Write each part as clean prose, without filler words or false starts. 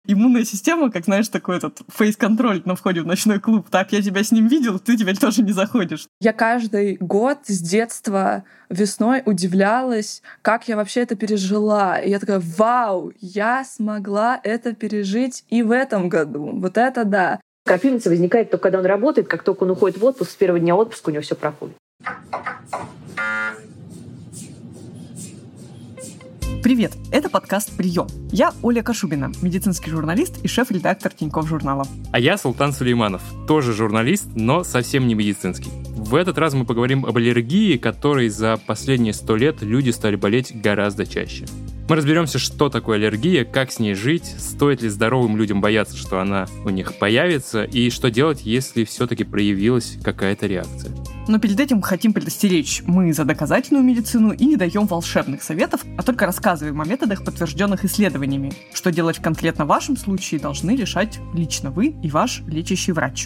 иммунная система, как, знаешь, такой этот фейс-контроль на входе в ночной клуб. Так, я тебя с ним видел, ты теперь тоже не заходишь. Я каждый год с детства весной удивлялась, как я вообще это пережила. И я такая, вау, я смогла это пережить и в этом году. Вот это да. Крапивница возникает только когда он работает, как только он уходит в отпуск, с первого дня отпуска у него все проходит. Привет, это подкаст «Прием». Я Оля Кашубина, медицинский журналист и шеф-редактор Тинькофф журнала. А я Султан Сулейманов, тоже журналист, но совсем не медицинский. В этот раз мы поговорим об аллергии, которой за последние 100 лет люди стали болеть гораздо чаще. Мы разберемся, что такое аллергия, как с ней жить, стоит ли здоровым людям бояться, что она у них появится, и что делать, если все-таки проявилась какая-то реакция. Но перед этим хотим предостеречь: мы за доказательную медицину и не даем волшебных советов, а только рассказываем о методах, подтвержденных исследованиями. Что делать в конкретно вашем случае, должны решать лично вы и ваш лечащий врач.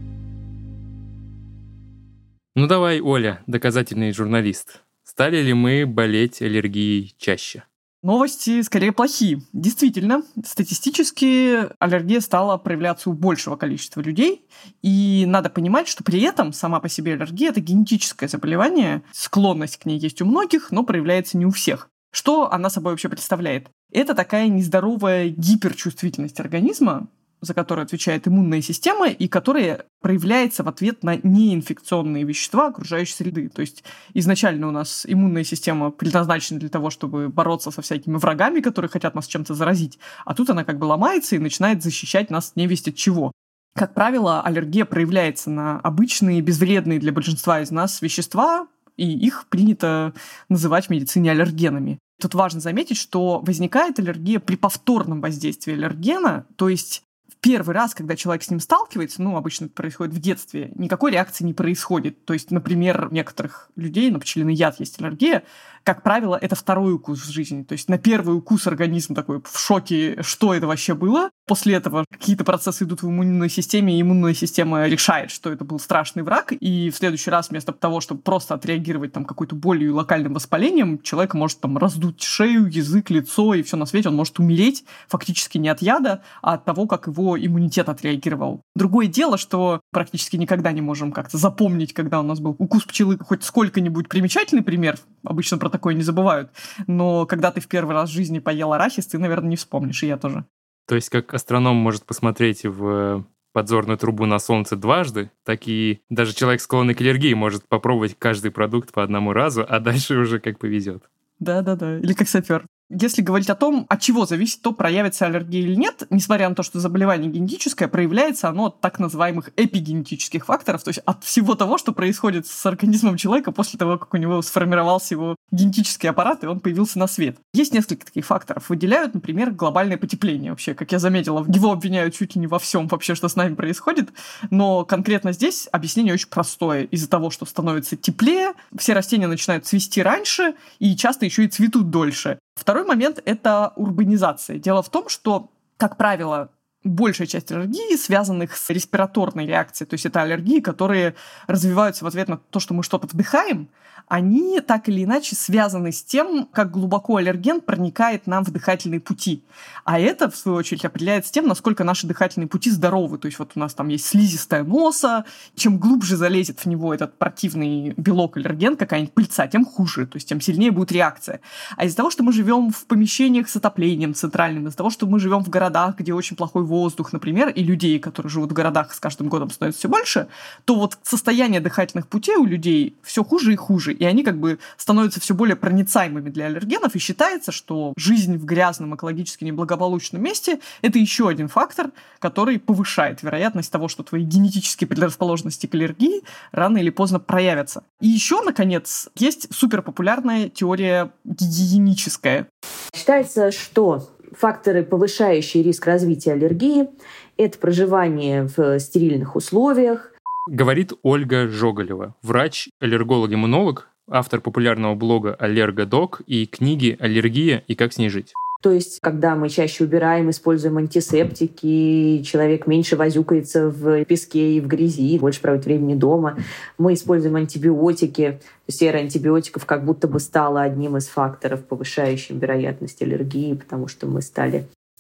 Ну давай, Оля, доказательный журналист. Стали ли мы болеть аллергией чаще? Новости скорее плохие. Действительно, статистически аллергия стала проявляться у большего количества людей, и надо понимать, что при этом сама по себе аллергия — это генетическое заболевание, склонность к ней есть у многих, но проявляется не у всех. Что она собой вообще представляет? Это такая нездоровая гиперчувствительность организма, за которую отвечает иммунная система, и которая проявляется в ответ на неинфекционные вещества окружающей среды. То есть изначально у нас иммунная система предназначена для того, чтобы бороться со всякими врагами, которые хотят нас чем-то заразить, а тут она как бы ломается и начинает защищать нас невесть от чего. Как правило, аллергия проявляется на обычные, безвредные для большинства из нас вещества, и их принято называть в медицине аллергенами. Тут важно заметить, что возникает аллергия при повторном воздействии аллергена, то есть первый раз, когда человек с ним сталкивается, обычно это происходит в детстве, никакой реакции не происходит. То есть, например, у некоторых людей на пчелиный яд есть аллергия. Как правило, это второй укус в жизни. То есть на первый укус организм такой в шоке, что это вообще было. После этого какие-то процессы идут в иммунной системе, и иммунная система решает, что это был страшный враг. И в следующий раз вместо того, чтобы просто отреагировать какой-то болью и локальным воспалением, человек может раздуть шею, язык, лицо и все на свете. Он может умереть фактически не от яда, а от того, как его иммунитет отреагировал. Другое дело, что практически никогда не можем как-то запомнить, когда у нас был укус пчелы, хоть сколько-нибудь примечательный пример. Обычно про такое не забывают. Но когда ты в первый раз в жизни поел арахис, ты, наверное, не вспомнишь, и я тоже. То есть как астроном может посмотреть в подзорную трубу на Солнце дважды, так и даже человек, склонный к аллергии, может попробовать каждый продукт по одному разу, а дальше уже как повезет. Да-да-да, или как сапер. Если говорить о том, от чего зависит, то проявится аллергия или нет, несмотря на то, что заболевание генетическое, проявляется оно от так называемых эпигенетических факторов, то есть от всего того, что происходит с организмом человека после того, как у него сформировался его генетический аппарат, и он появился на свет. Есть несколько таких факторов. Выделяют, например, глобальное потепление. Вообще, как я заметила, его обвиняют чуть ли не во всем вообще, что с нами происходит, но конкретно здесь объяснение очень простое. Из-за того, что становится теплее, все растения начинают цвести раньше и часто еще и цветут дольше. Второй момент — это урбанизация. Дело в том, что, как правило, большая часть аллергий, связанных с респираторной реакцией, то есть это аллергии, которые развиваются в ответ на то, что мы что-то вдыхаем, они так или иначе связаны с тем, как глубоко аллерген проникает нам в дыхательные пути. А это, в свою очередь, определяет с тем, насколько наши дыхательные пути здоровы. То есть вот у нас там есть слизистая носа, чем глубже залезет в него этот противный белок аллерген, какая-нибудь пыльца, тем хуже, то есть тем сильнее будет реакция. А из-за того, что мы живем в помещениях с отоплением центральным, из-за того, что мы живем в городах, где очень плохой воздух, например, и людей, которые живут в городах, с каждым годом становится все больше, то вот состояние дыхательных путей у людей все хуже и хуже, и они как бы становятся все более проницаемыми для аллергенов, и считается, что жизнь в грязном, экологически неблагополучном месте — это еще один фактор, который повышает вероятность того, что твои генетические предрасположенности к аллергии рано или поздно проявятся. И еще, наконец, есть суперпопулярная теория гигиеническая. Считается, что факторы, повышающие риск развития аллергии, это проживание в стерильных условиях. Говорит Ольга Жоголева, врач-аллерголог-иммунолог, автор популярного блога «Аллергодок» и книги «Аллергия и как с ней жить». То есть, когда мы чаще убираем, используем антисептики, человек меньше возюкается в песке и в грязи, больше проводит времени дома, мы используем антибиотики. То есть сера антибиотиков как будто бы стала одним из факторов, повышающим вероятность аллергии, потому что мы стали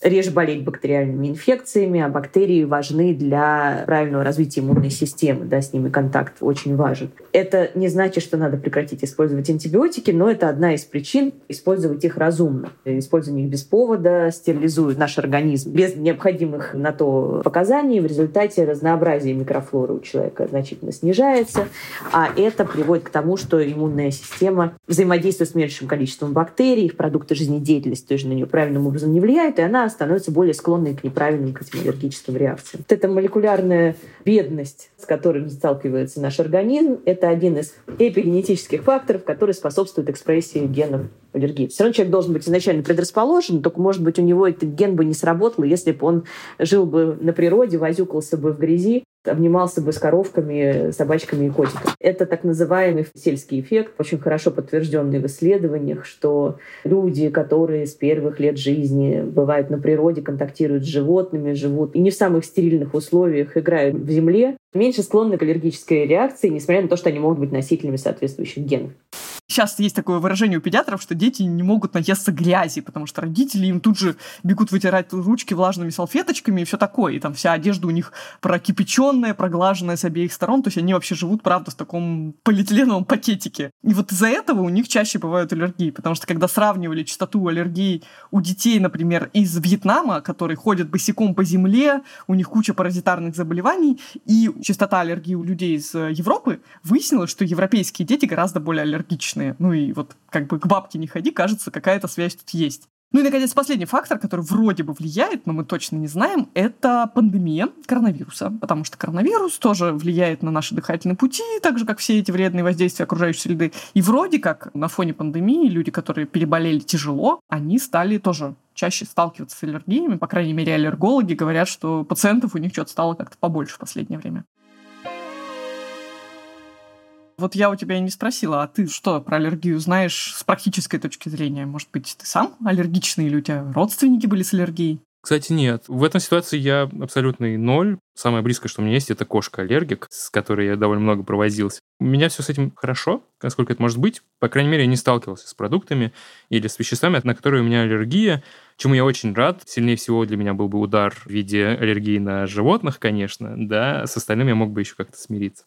реже болеть бактериальными инфекциями, а бактерии важны для правильного развития иммунной системы, да, с ними контакт очень важен. Это не значит, что надо прекратить использовать антибиотики, но это одна из причин использовать их разумно. Использование их без повода стерилизует наш организм без необходимых на то показаний. В результате разнообразие микрофлоры у человека значительно снижается, а это приводит к тому, что иммунная система взаимодействует с меньшим количеством бактерий, их продукты жизнедеятельности тоже на нее правильным образом не влияют, и она становится более склонной к неправильным к этим аллергическим реакциям. Вот эта молекулярная бедность, с которой сталкивается наш организм, это один из эпигенетических факторов, который способствует экспрессии генов аллергии. Все равно человек должен быть изначально предрасположен, только, может быть, у него этот ген бы не сработал, если бы он жил бы на природе, возюкался бы в грязи, обнимался бы с коровками, собачками и котиками. Это так называемый сельский эффект, очень хорошо подтвержденный в исследованиях, что люди, которые с первых лет жизни бывают на природе, контактируют с животными, живут и не в самых стерильных условиях, играют в земле, меньше склонны к аллергической реакции, несмотря на то, что они могут быть носителями соответствующих генов. Сейчас есть такое выражение у педиатров, что дети не могут наесться грязи, потому что родители им тут же бегут вытирать ручки влажными салфеточками и все такое. И там вся одежда у них прокипяченная, проглаженная с обеих сторон. То есть они вообще живут, правда, в таком полиэтиленовом пакетике. И вот из-за этого у них чаще бывают аллергии. Потому что когда сравнивали частоту аллергий у детей, например, из Вьетнама, которые ходят босиком по земле, у них куча паразитарных заболеваний, и частота аллергии у людей из Европы, выяснилось, что европейские дети гораздо более аллергичны. Ну и вот как бы к бабке не ходи, кажется, какая-то связь тут есть. Ну и, наконец, последний фактор, который вроде бы влияет, но мы точно не знаем, это пандемия коронавируса. Потому что коронавирус тоже влияет на наши дыхательные пути, так же, как все эти вредные воздействия окружающей среды. И вроде как на фоне пандемии люди, которые переболели тяжело, они стали тоже чаще сталкиваться с аллергиями. По крайней мере, аллергологи говорят, что пациентов у них что-то стало как-то побольше в последнее время. Вот я у тебя и не спросила, а ты что про аллергию знаешь с практической точки зрения? Может быть, ты сам аллергичный или у тебя родственники были с аллергией? Кстати, нет. В этом ситуации я абсолютный ноль. Самое близкое, что у меня есть, это кошка-аллергик, с которой я довольно много провозился. У меня все с этим хорошо, насколько это может быть. По крайней мере, я не сталкивался с продуктами или с веществами, на которые у меня аллергия, чему я очень рад. Сильнее всего для меня был бы удар в виде аллергии на животных, конечно, да, с остальным я мог бы еще как-то смириться.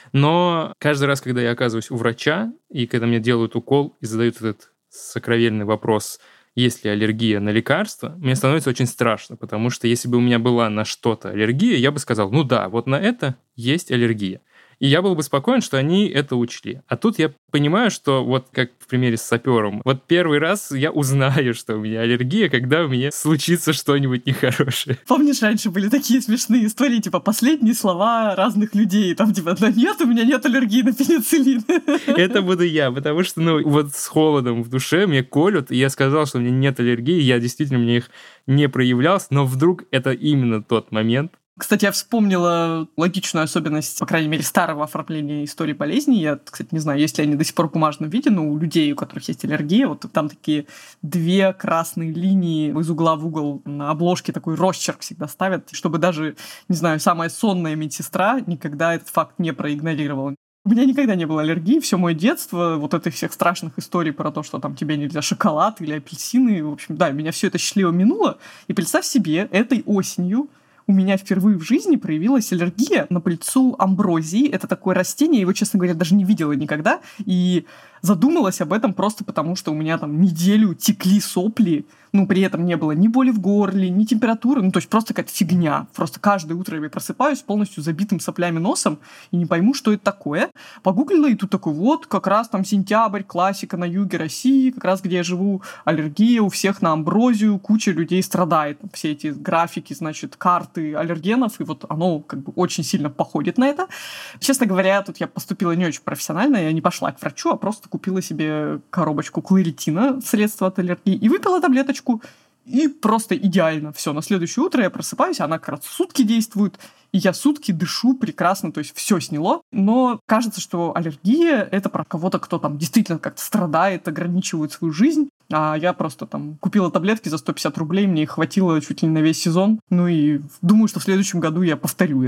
Но каждый раз, когда я оказываюсь у врача, и когда мне делают укол и задают этот сокровенный вопрос, есть ли аллергия на лекарства, мне становится очень страшно, потому что если бы у меня была на что-то аллергия, я бы сказал, ну да, вот на это есть аллергия. И я был бы спокоен, что они это учли. А тут я понимаю, что вот как в примере с сапером, вот первый раз я узнаю, что у меня аллергия, когда у меня случится что-нибудь нехорошее. Помнишь, раньше были такие смешные истории, типа последние слова разных людей, там типа, да нет, у меня нет аллергии на пенициллин. Это буду я, потому что, ну, вот с холодом в душе мне колют, и я сказал, что у меня нет аллергии, я действительно мне их не проявлялся, но вдруг это именно тот момент. Кстати, я вспомнила логичную особенность, по крайней мере, старого оформления истории болезней. Я, кстати, не знаю, есть ли они до сих пор в бумажном виде, но у людей, у которых есть аллергия, вот там такие две красные линии из угла в угол на обложке, такой росчерк всегда ставят, чтобы даже, не знаю, самая сонная медсестра никогда этот факт не проигнорировала. У меня никогда не было аллергии, все мое детство, вот этих всех страшных историй про то, что там тебе нельзя шоколад или апельсины, в общем, да, меня все это счастливо минуло. И представь себе, этой осенью у меня впервые в жизни проявилась аллергия на пыльцу амброзии. Это такое растение, я его, честно говоря, даже не видела никогда. И задумалась об этом просто потому, что у меня там неделю текли сопли, но при этом не было ни боли в горле, ни температуры, ну то есть просто какая-то фигня. Просто каждое утро я просыпаюсь полностью забитым соплями носом и не пойму, что это такое. Погуглила, и тут такой вот, как раз там сентябрь, классика на юге России, как раз где я живу, аллергия у всех на амброзию, куча людей страдает. Все эти графики, значит, карты аллергенов, и вот оно как бы очень сильно походит на это. Честно говоря, тут я поступила не очень профессионально, я не пошла к врачу, а просто купила себе коробочку кларитина, средство от аллергии, и выпила таблеточку, и просто идеально. Все, на следующее утро я просыпаюсь, она как раз сутки действует, и я сутки дышу прекрасно, то есть все сняло. Но кажется, что аллергия — это про кого-то, кто там действительно как-то страдает, ограничивает свою жизнь. А я просто там купила таблетки за 150 рублей, мне их хватило чуть ли не на весь сезон. Ну и думаю, что в следующем году я повторю это.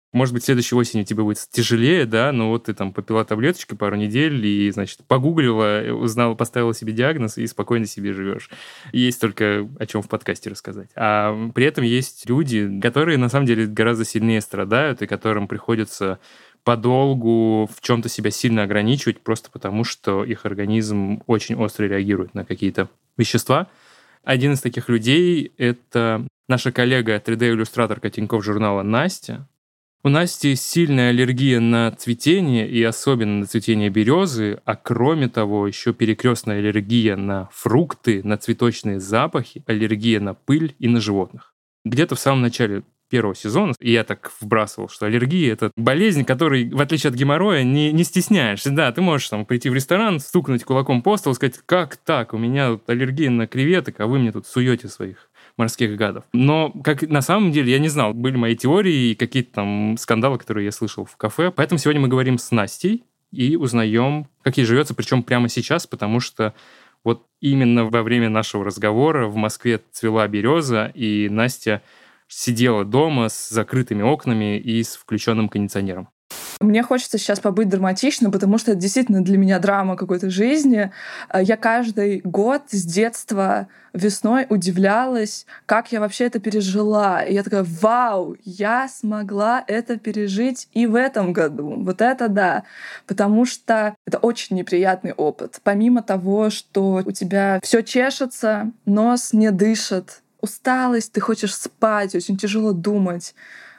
Может быть, следующей осенью тебе будет тяжелее, да, но вот ты там попила таблеточки пару недель и, значит, погуглила, узнала, поставила себе диагноз и спокойно себе живешь. Есть только о чем в подкасте рассказать. А при этом есть люди, которые на самом деле гораздо сильнее страдают и которым приходится подолгу в чем-то себя сильно ограничивать просто потому, что их организм очень остро реагирует на какие-то вещества. Один из таких людей — это наша коллега 3D-иллюстраторка Тинькофф журнала Настя. У Насти сильная аллергия на цветение, и особенно на цветение березы, а кроме того, еще перекрестная аллергия на фрукты, на цветочные запахи, аллергия на пыль и на животных. Где-то в самом начале первого сезона я так вбрасывал, что аллергия — это болезнь, которой, в отличие от геморроя, не стесняешься. Да, ты можешь там прийти в ресторан, стукнуть кулаком по столу, сказать: как так, у меня аллергия на креветок, а вы мне тут суете своих морских гадов. Но, как на самом деле, я не знал. Были мои теории и какие-то там скандалы, которые я слышал в кафе. Поэтому сегодня мы говорим с Настей и узнаем, как ей живется, причем прямо сейчас, потому что вот именно во время нашего разговора в Москве цвела береза, и Настя сидела дома с закрытыми окнами и с включенным кондиционером. Мне хочется сейчас побыть драматичным, потому что это действительно для меня драма какой-то жизни. Я каждый год с детства весной удивлялась, как я вообще это пережила. И я такая: вау, я смогла это пережить и в этом году. Вот это да. Потому что это очень неприятный опыт. Помимо того, что у тебя все чешется, нос не дышит, усталость, ты хочешь спать, очень тяжело думать,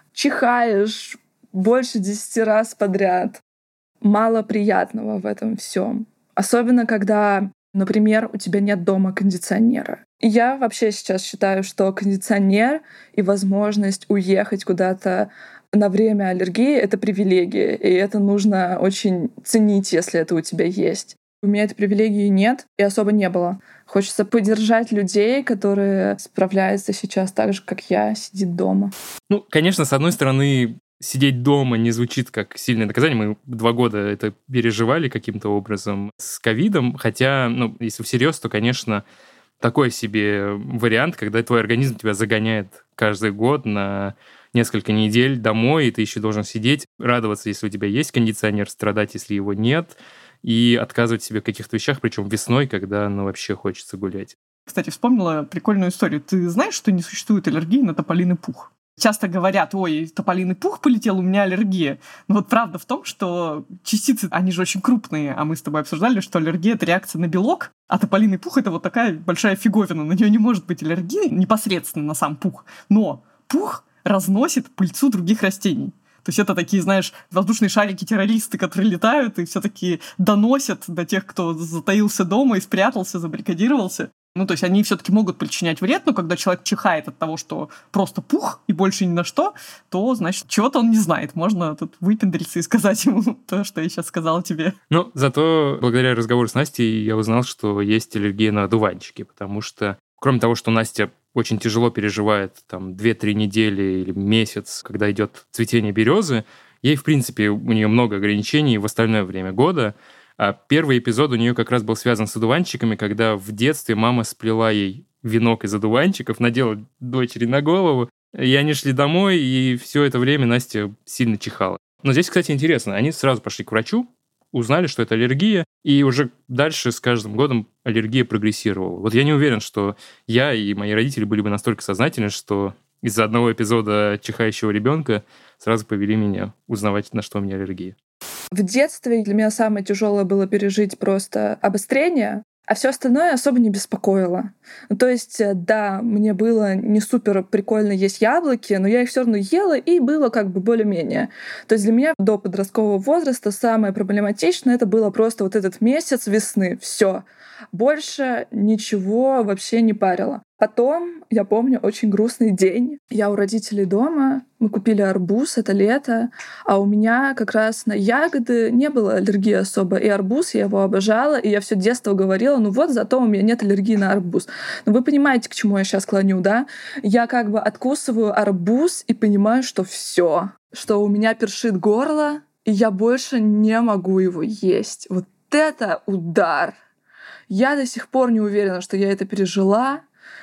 чихаешь больше 10 раз подряд. Мало приятного в этом всем. Особенно, когда, например, у тебя нет дома кондиционера. И я вообще сейчас считаю, что кондиционер и возможность уехать куда-то на время аллергии — это привилегия, и это нужно очень ценить, если это у тебя есть. У меня этой привилегии нет и особо не было. Хочется поддержать людей, которые справляются сейчас так же, как я, сидит дома. Ну, конечно, с одной стороны, сидеть дома не звучит как сильное наказание. Мы 2 года это переживали каким-то образом с ковидом. Хотя, если всерьез, то, конечно, такой себе вариант, когда твой организм тебя загоняет каждый год на несколько недель домой, и ты еще должен сидеть, радоваться, если у тебя есть кондиционер, страдать, если его нет, и отказывать себе в каких-то вещах, причем весной, когда вообще хочется гулять. Кстати, вспомнила прикольную историю. Ты знаешь, что не существует аллергии на тополиный пух? Часто говорят: ой, тополиный пух полетел, у меня аллергия. Но вот правда в том, что частицы, они же очень крупные, а мы с тобой обсуждали, что аллергия — это реакция на белок, а тополиный пух — это вот такая большая фиговина, на нее не может быть аллергии непосредственно на сам пух. Но пух разносит пыльцу других растений. То есть это такие, знаешь, воздушные шарики-террористы, которые летают и все-таки доносят до тех, кто затаился дома и спрятался, забаррикадировался. То есть они все-таки могут причинять вред, но когда человек чихает от того, что просто пух и больше ни на что, то, значит, чего-то он не знает. Можно тут выпендриться и сказать ему то, что я сейчас сказала тебе. Зато благодаря разговору с Настей я узнал, что есть аллергия на одуванчики, потому что, кроме того, что Настя очень тяжело переживает 2-3 недели или месяц, когда идет цветение березы, ей, в принципе, у нее много ограничений в остальное время года. А первый эпизод у нее как раз был связан с одуванчиками, когда в детстве мама сплела ей венок из одуванчиков, надела дочери на голову, и они шли домой, и все это время Настя сильно чихала. Но здесь, кстати, интересно, они сразу пошли к врачу, узнали, что это аллергия, и уже дальше с каждым годом аллергия прогрессировала. Вот я не уверен, что я и мои родители были бы настолько сознательны, что из-за одного эпизода чихающего ребенка сразу повели меня узнавать, на что у меня аллергия. В детстве для меня самое тяжелое было пережить просто обострение, а все остальное особо не беспокоило. То есть, да, мне было не супер прикольно есть яблоки, но я их все равно ела, и было как бы более-менее. То есть для меня до подросткового возраста самое проблематичное — это было просто вот этот месяц весны. Все. Больше ничего вообще не парило. Потом, я помню, очень грустный день. Я у родителей дома, мы купили арбуз, это лето, а у меня как раз на ягоды не было аллергии особо. И арбуз, я его обожала, и я все детство говорила: зато у меня нет аллергии на арбуз. Но вы понимаете, к чему я сейчас клоню, да? Я как бы откусываю арбуз и понимаю, что все, что у меня першит горло, и я больше не могу его есть. Вот это удар! Я до сих пор не уверена, что я это пережила.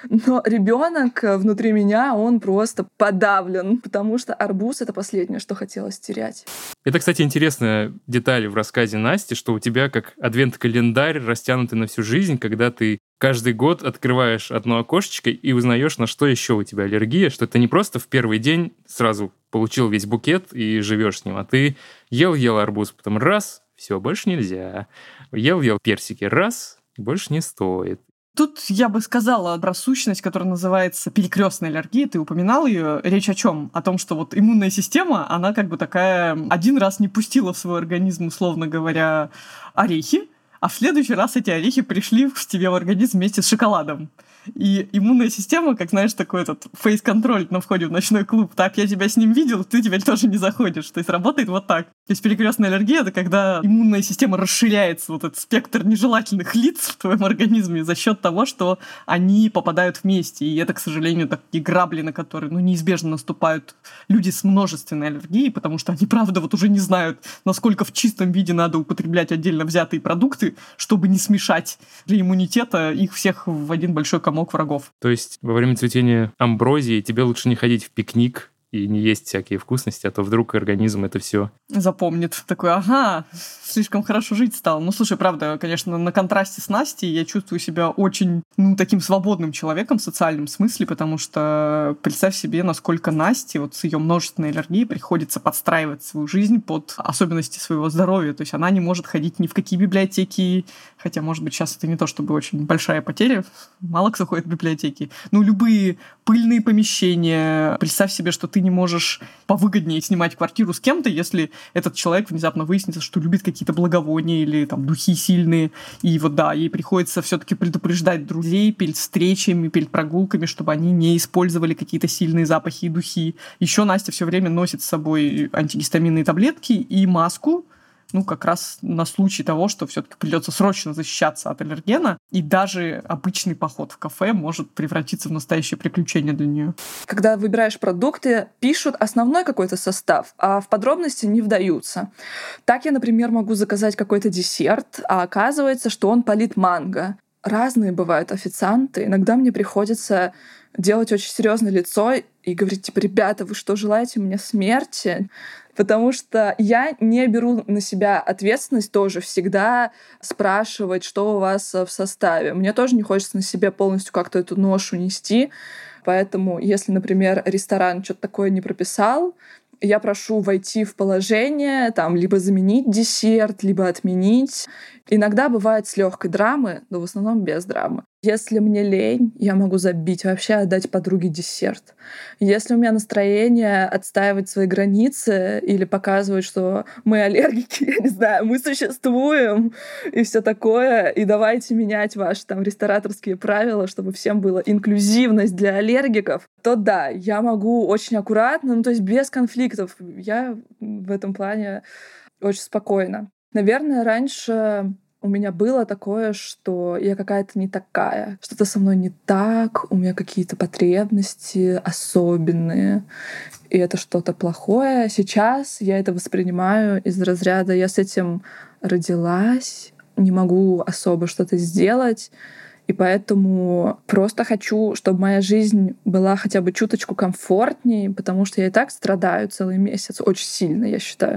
Но ребенок внутри меня, он просто подавлен, потому что арбуз — это последнее, что хотелось терять. Это, кстати, интересная деталь в рассказе Насти, что у тебя как адвент-календарь, растянутый на всю жизнь, когда ты каждый год открываешь одно окошечко и узнаешь, на что еще у тебя аллергия, что это не просто в первый день сразу получил весь букет и живешь с ним, а ты ел арбуз, потом раз, все, больше нельзя. Ел персики, раз, больше не стоит. Тут я бы сказала про сущность, которая называется перекрестная аллергия. Ты упоминал ее. Речь о чем? О том, что вот иммунная система, она как бы такая один раз не пустила в свой организм, условно говоря, орехи, а в следующий раз эти орехи пришли в тебе в организм вместе с шоколадом. И иммунная система, как, знаешь, такой этот фейс-контроль на входе в ночной клуб. Так, я тебя с ним видел, ты теперь тоже не заходишь. То есть работает вот так. То есть перекрестная аллергия — это когда иммунная система расширяется, вот этот спектр нежелательных лиц в твоем организме за счет того, что они попадают вместе. И это, к сожалению, такие грабли, на которые неизбежно наступают люди с множественной аллергией, потому что они, правда, вот уже не знают, насколько в чистом виде надо употреблять отдельно взятые продукты, чтобы не смешать для иммунитета их всех в один большой комок врагов. То есть во время цветения амброзии тебе лучше не ходить в пикник и не есть всякие вкусности, а то вдруг организм это все запомнит. Такой, ага, слишком хорошо жить стал. Ну, слушай, правда, конечно, на контрасте с Настей я чувствую себя очень, таким свободным человеком в социальном смысле, потому что представь себе, насколько Насте вот с ее множественной аллергией приходится подстраивать свою жизнь под особенности своего здоровья. То есть она не может ходить ни в какие библиотеки, хотя, может быть, сейчас это не то чтобы очень большая потеря, мало кто ходит в библиотеки. Любые пыльные помещения. Представь себе, что ты не можешь повыгоднее снимать квартиру с кем-то, если этот человек внезапно выяснится, что любит какие-то благовония или там духи сильные. И вот да, ей приходится все-таки предупреждать друзей перед встречами, перед прогулками, чтобы они не использовали какие-то сильные запахи и духи. Еще Настя все время носит с собой антигистаминные таблетки и маску, как раз на случай того, что все-таки придется срочно защищаться от аллергена, и даже обычный поход в кафе может превратиться в настоящее приключение для нее. Когда выбираешь продукты, пишут основной какой-то состав, а в подробности не вдаются. Так я, например, могу заказать какой-то десерт, а оказывается, что он полит манго. Разные бывают официанты. Иногда мне приходится делать очень серьезное лицо и говорить, ребята, вы что, желаете мне смерти? Потому что я не беру на себя ответственность тоже всегда спрашивать, что у вас в составе. Мне тоже не хочется на себе полностью как-то эту ношу нести. Поэтому, если, например, ресторан что-то такое не прописал, я прошу войти в положение, либо заменить десерт, либо отменить. Иногда бывает с легкой драмы, но в основном без драмы. Если мне лень, я могу забить, вообще отдать подруге десерт. Если у меня настроение отстаивать свои границы или показывать, что мы аллергики, я не знаю, мы существуем и все такое, и давайте менять ваши рестораторские правила, чтобы всем была инклюзивность для аллергиков, то да, я могу очень аккуратно, то есть без конфликтов. Я в этом плане очень спокойна. Наверное, раньше у меня было такое, что я какая-то не такая, что-то со мной не так, у меня какие-то потребности особенные, и это что-то плохое. Сейчас я это воспринимаю из разряда «я с этим родилась, не могу особо что-то сделать», и поэтому просто хочу, чтобы моя жизнь была хотя бы чуточку комфортнее, потому что я и так страдаю целый месяц, очень сильно, я считаю.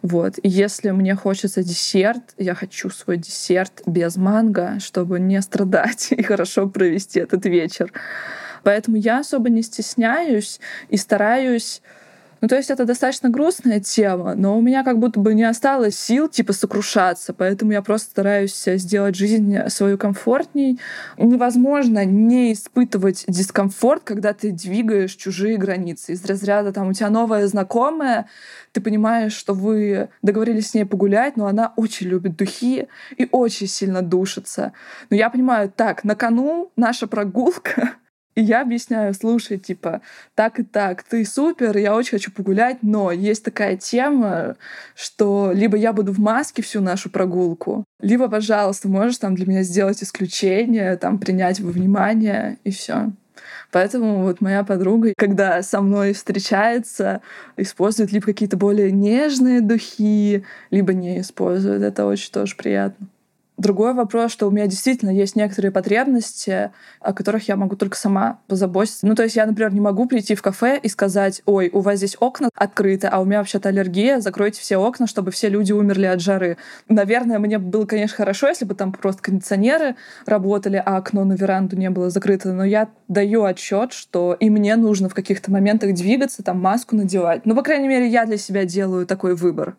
И если мне хочется десерт, я хочу свой десерт без манго, чтобы не страдать и хорошо провести этот вечер. Поэтому я особо не стесняюсь и стараюсь. То есть это достаточно грустная тема, но у меня как будто бы не осталось сил сокрушаться, поэтому я просто стараюсь сделать жизнь свою комфортней. Невозможно не испытывать дискомфорт, когда ты двигаешь чужие границы. Из разряда у тебя новая знакомая, ты понимаешь, что вы договорились с ней погулять, но она очень любит духи и очень сильно душится. Но я понимаю, на кону наша прогулка. И я объясняю, слушай, так и так, ты супер, я очень хочу погулять, но есть такая тема, что либо я буду в маске всю нашу прогулку, либо, пожалуйста, можешь для меня сделать исключение, принять во внимание, и все. Поэтому моя подруга, когда со мной встречается, использует либо какие-то более нежные духи, либо не использует. Это очень тоже приятно. Другой вопрос, что у меня действительно есть некоторые потребности, о которых я могу только сама позаботиться. То есть я, например, не могу прийти в кафе и сказать: ой, у вас здесь окна открыты, а у меня вообще-то аллергия, закройте все окна, чтобы все люди умерли от жары. Наверное, мне было, конечно, хорошо, если бы там просто кондиционеры работали, а окно на веранду не было закрыто, но я даю отчет, что и мне нужно в каких-то моментах двигаться, там маску надевать. По крайней мере, я для себя делаю такой выбор.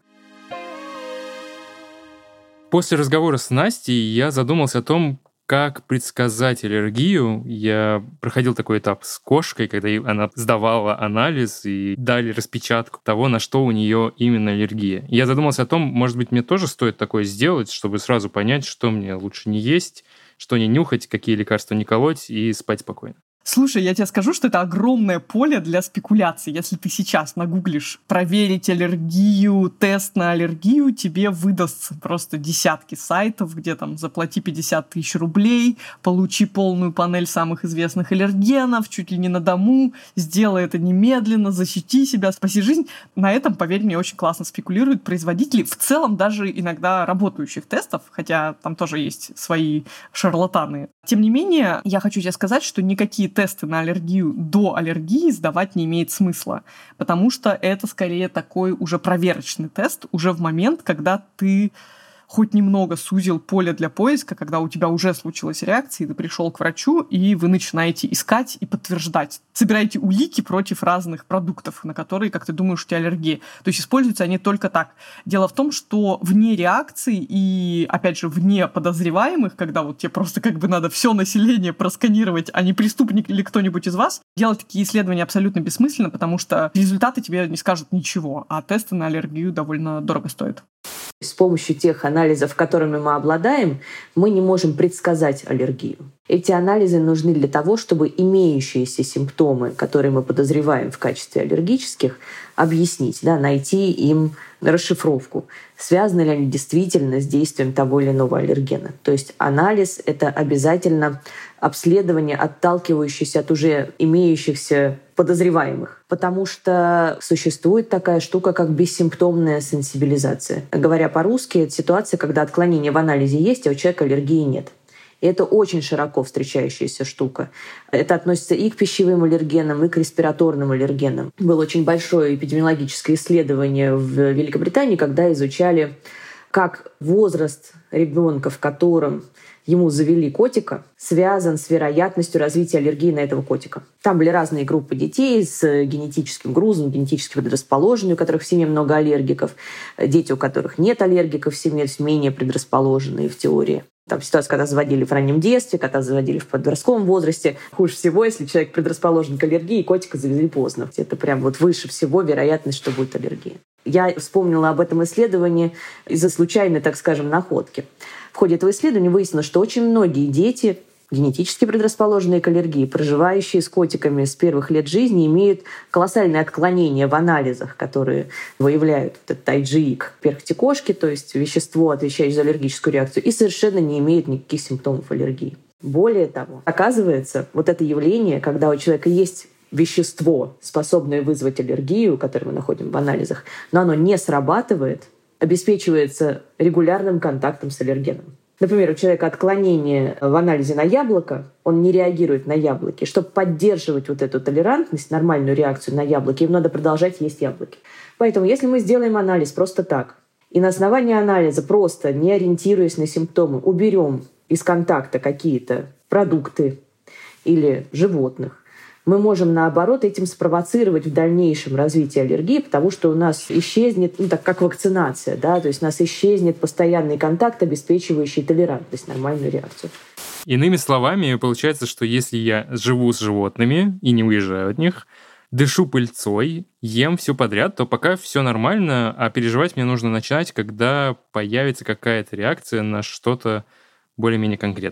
После разговора с Настей я задумался о том, как предсказать аллергию. Я проходил такой этап с кошкой, когда она сдавала анализ и дали распечатку того, на что у нее именно аллергия. Я задумался о том, может быть, мне тоже стоит такое сделать, чтобы сразу понять, что мне лучше не есть, что не нюхать, какие лекарства не колоть и спать спокойно. Слушай, я тебе скажу, что это огромное поле для спекуляций. Если ты сейчас нагуглишь «проверить аллергию», «тест на аллергию», тебе выдаст просто десятки сайтов, где там «заплати 50 тысяч рублей», «получи полную панель самых известных аллергенов», «чуть ли не на дому», «сделай это немедленно», «защити себя», «спаси жизнь». На этом, поверь мне, очень классно спекулируют производители, в целом даже иногда работающих тестов, хотя там тоже есть свои шарлатаны. Тем не менее, я хочу тебе сказать, что никакие тесты на аллергию до аллергии сдавать не имеет смысла, потому что это скорее такой уже проверочный тест, уже в момент, когда ты хоть немного сузил поле для поиска, когда у тебя уже случилась реакция, и ты пришел к врачу, и вы начинаете искать и подтверждать. Собираете улики против разных продуктов, на которые, как ты думаешь, у тебя аллергия. То есть используются они только так. Дело в том, что вне реакции и, опять же, вне подозреваемых, когда вот тебе просто надо все население просканировать, а не преступник или кто-нибудь из вас, делать такие исследования абсолютно бессмысленно, потому что результаты тебе не скажут ничего, а тесты на аллергию довольно дорого стоят. С помощью тех анализов, которыми мы обладаем, мы не можем предсказать аллергию. Эти анализы нужны для того, чтобы имеющиеся симптомы, которые мы подозреваем в качестве аллергических, объяснить, найти им расшифровку, связаны ли они действительно с действием того или иного аллергена. То есть анализ — это обязательно обследование, отталкивающееся от уже имеющихся подозреваемых, потому что существует такая штука, как бессимптомная сенсибилизация. Говоря по-русски, это ситуация, когда отклонение в анализе есть, а у человека аллергии нет. И это очень широко встречающаяся штука. Это относится и к пищевым аллергенам, и к респираторным аллергенам. Было очень большое эпидемиологическое исследование в Великобритании, когда изучали, как возраст ребенка, в котором ему завели котика, связан с вероятностью развития аллергии на этого котика. Там были разные группы детей с генетическим грузом, генетически предрасположенными, у которых в семье много аллергиков, дети, у которых нет аллергиков в семье, менее предрасположенные в теории. Там ситуация, когда заводили в раннем детстве, когда заводили в подростковом возрасте. Хуже всего, если человек предрасположен к аллергии, котика завезли поздно. Это прям выше всего вероятность, что будет аллергия. Я вспомнила об этом исследовании из-за случайной, так скажем, находки. В ходе этого исследования выяснилось, что очень многие дети, генетически предрасположенные к аллергии, проживающие с котиками с первых лет жизни, имеют колоссальные отклонения в анализах, которые выявляют этот IgE, перхоти кошки, то есть вещество, отвечающее за аллергическую реакцию, и совершенно не имеют никаких симптомов аллергии. Более того, оказывается, это явление, когда у человека есть вещество, способное вызвать аллергию, которое мы находим в анализах, но оно не срабатывает, обеспечивается регулярным контактом с аллергеном. Например, у человека отклонение в анализе на яблоко, он не реагирует на яблоки. Чтобы поддерживать эту толерантность, нормальную реакцию на яблоки, ему надо продолжать есть яблоки. Поэтому если мы сделаем анализ просто так, и на основании анализа, просто не ориентируясь на симптомы, уберем из контакта какие-то продукты или животных, мы можем, наоборот, этим спровоцировать в дальнейшем развитие аллергии, потому что у нас исчезнет, так как вакцинация, то есть у нас исчезнет постоянный контакт, обеспечивающий толерантность, нормальную реакцию. Иными словами, получается, что если я живу с животными и не уезжаю от них, дышу пыльцой, ем все подряд, то пока все нормально, а переживать мне нужно начать, когда появится какая-то реакция на что-то более-менее конкретное.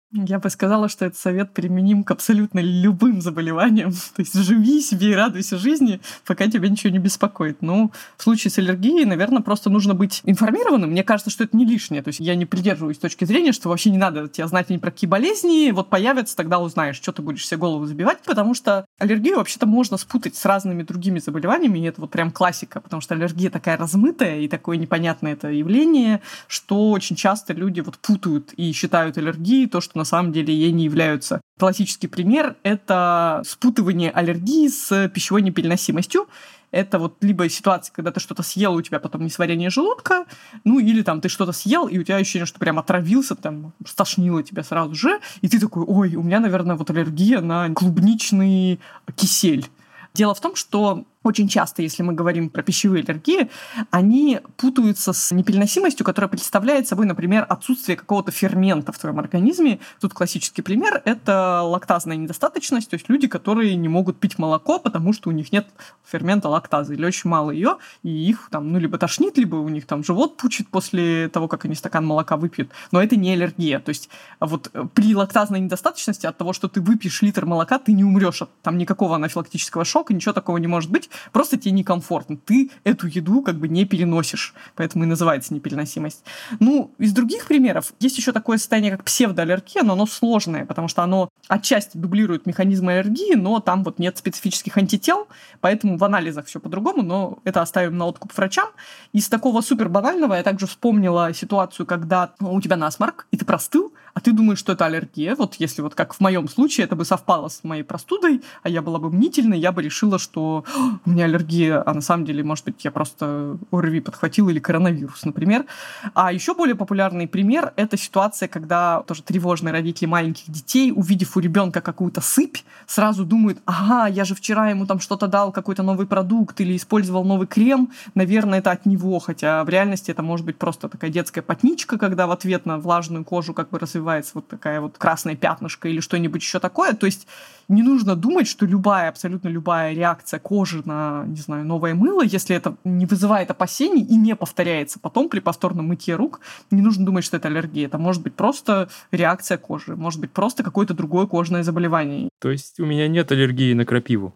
Я бы сказала, что этот совет применим к абсолютно любым заболеваниям. То есть живи себе и радуйся жизни, пока тебя ничего не беспокоит. Ну, в случае с аллергией, наверное, просто нужно быть информированным. Мне кажется, что это не лишнее. То есть я не придерживаюсь точки зрения, что вообще не надо тебе знать ни про какие болезни. Вот появятся, тогда узнаешь, что ты будешь себе голову забивать. Потому что аллергию вообще-то можно спутать с разными другими заболеваниями. И это вот прям классика, потому что аллергия такая размытая и такое непонятное это явление, что очень часто люди вот путают и считают аллергией то, что на самом деле ей не являются. Классический пример — это спутывание аллергии с пищевой непереносимостью. Это вот либо ситуация, когда ты что-то съел, у тебя потом несварение желудка, ну или там ты что-то съел, и у тебя ощущение, что прям отравился, там стошнило тебя сразу же, и ты такой: ой, у меня, наверное, вот аллергия на клубничный кисель. Дело в том, что очень часто, если мы говорим про пищевые аллергии, они путаются с непереносимостью, которая представляет собой, например, отсутствие какого-то фермента в твоем организме. Тут классический пример — это лактазная недостаточность, то есть люди, которые не могут пить молоко, потому что у них нет фермента лактазы или очень мало ее, и их там, ну, либо тошнит, либо у них там живот пучит после того, как они стакан молока выпьют. Но это не аллергия. То есть вот при лактазной недостаточности от того, что ты выпьешь литр молока, ты не умрешь от там никакого анафилактического шока, ничего такого не может быть. Просто тебе некомфортно. Ты эту еду как бы не переносишь. Поэтому и называется непереносимость. Ну, из других примеров есть еще такое состояние, как псевдоаллергия, но оно сложное, потому что оно отчасти дублирует механизмы аллергии, но там вот нет специфических антител, поэтому в анализах все по-другому, но это оставим на откуп врачам. Из такого супер банального я также вспомнила ситуацию, когда у тебя насморк, и ты простыл, а ты думаешь, что это аллергия. Вот если вот как в моем случае это бы совпало с моей простудой, а я была бы мнительной, я бы решила, что у меня аллергия, а на самом деле, может быть, я просто ОРВИ подхватила или коронавирус, например. А еще более популярный пример — это ситуация, когда тоже тревожные родители маленьких детей, увидев у ребенка какую-то сыпь, сразу думают: ага, я же вчера ему там что-то дал, какой-то новый продукт или использовал новый крем, наверное, это от него, хотя в реальности это может быть просто такая детская потничка, когда в ответ на влажную кожу как бы развивается вот такая вот красное пятнышко или что-нибудь еще такое. То есть не нужно думать, что абсолютно любая реакция кожи на, не знаю, новое мыло, если это не вызывает опасений и не повторяется потом при повторном мытье рук, не нужно думать, что это аллергия. Это может быть просто реакция кожи, может быть просто какое-то другое кожное заболевание. То есть у меня нет аллергии на крапиву?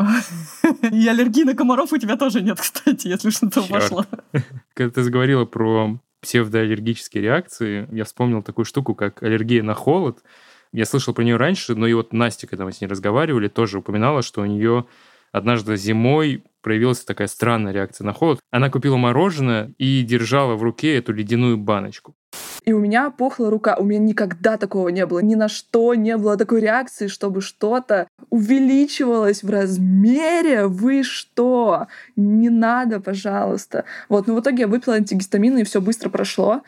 И аллергии на комаров у тебя тоже нет, кстати, если что-то пошло. Когда ты заговорила про псевдоаллергические реакции, я вспомнил такую штуку, как аллергия на холод. Я слышал про нее раньше, но и вот Настя, когда мы с ней разговаривали, тоже упоминала, что у нее однажды зимой проявилась такая странная реакция на холод. Она купила мороженое и держала в руке эту ледяную баночку. И у меня пухла рука. У меня никогда такого не было. Ни на что не было такой реакции, чтобы что-то увеличивалось в размере. Вы что? Не надо, пожалуйста. Вот, но в итоге я выпила антигистамины, и все быстро прошло.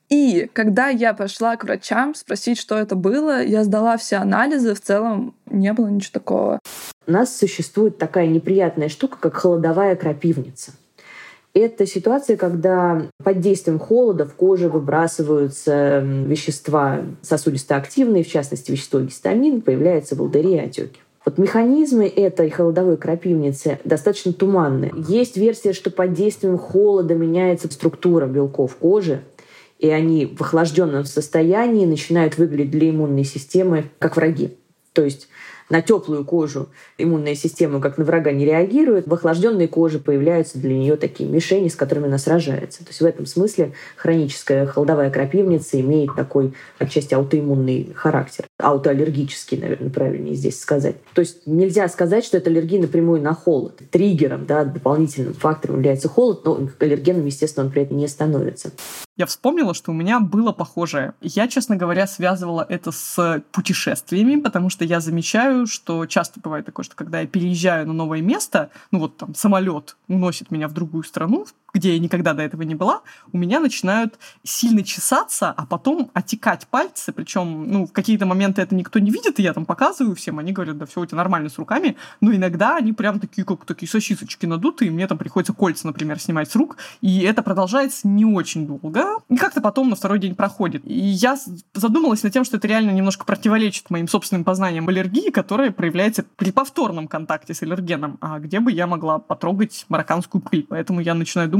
И когда я пошла к врачам спросить, что это было, я сдала все анализы, в целом не было ничего такого. У нас существует такая неприятная штука, как холодовая крапивница. Это ситуация, когда под действием холода в коже выбрасываются вещества сосудисто-активные, в частности, вещество гистамин, появляются волдыри и отеки. Вот механизмы этой холодовой крапивницы достаточно туманные. Есть версия, что под действием холода меняется структура белков кожи, и они в охлажденном состоянии начинают выглядеть для иммунной системы как враги. То есть на теплую кожу иммунная система как на врага не реагирует, в охлажденной коже появляются для нее такие мишени, с которыми она сражается. То есть в этом смысле хроническая холодовая крапивница имеет такой отчасти аутоиммунный характер. Аутоаллергический, наверное, правильнее здесь сказать. То есть нельзя сказать, что это аллергия напрямую на холод. Триггером, дополнительным фактором является холод, но аллергеном, естественно, он при этом не становится. Я вспомнила, что у меня было похожее. Я, честно говоря, связывала это с путешествиями, потому что я замечаю, что часто бывает такое, что когда я переезжаю на новое место, ну вот там самолет уносит меня в другую страну, где я никогда до этого не была, у меня начинают сильно чесаться, а потом отекать пальцы, причем, в какие-то моменты это никто не видит, и я там показываю всем, они говорят: да все у тебя нормально с руками, но иногда они прям такие, как такие сосисочки надутые, и мне там приходится кольца, например, снимать с рук, и это продолжается не очень долго, и как-то потом на второй день проходит. И я задумалась над тем, что это реально немножко противоречит моим собственным познаниям аллергии, которая проявляется при повторном контакте с аллергеном, а где бы я могла потрогать марокканскую пыль. Поэтому я начинаю думать,